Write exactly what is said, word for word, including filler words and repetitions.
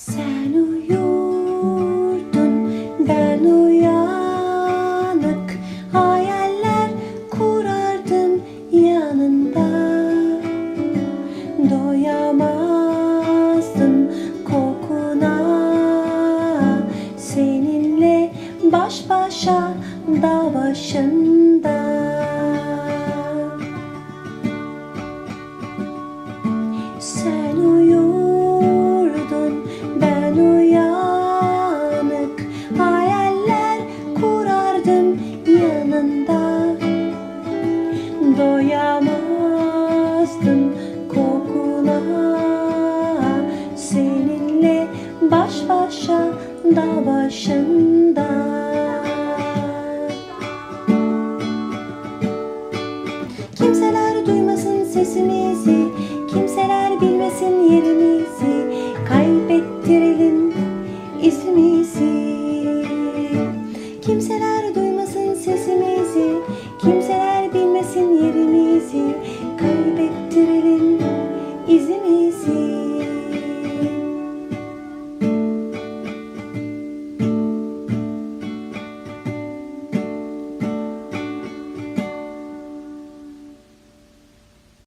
Sen uyurdun, ben uyanık, hayaller kurardım yanında. Doyamazdım kokuna, seninle baş başa dağ başında. Sen uyurdun, ben uyanık, hayaller kurardım yanında. Doyamazdım kokuna, seninle baş başa dağ başında. Kimseler duymasın sesimizi, kimseler bilmesin yerimizi, kaybettirelim izimizi. Kimseler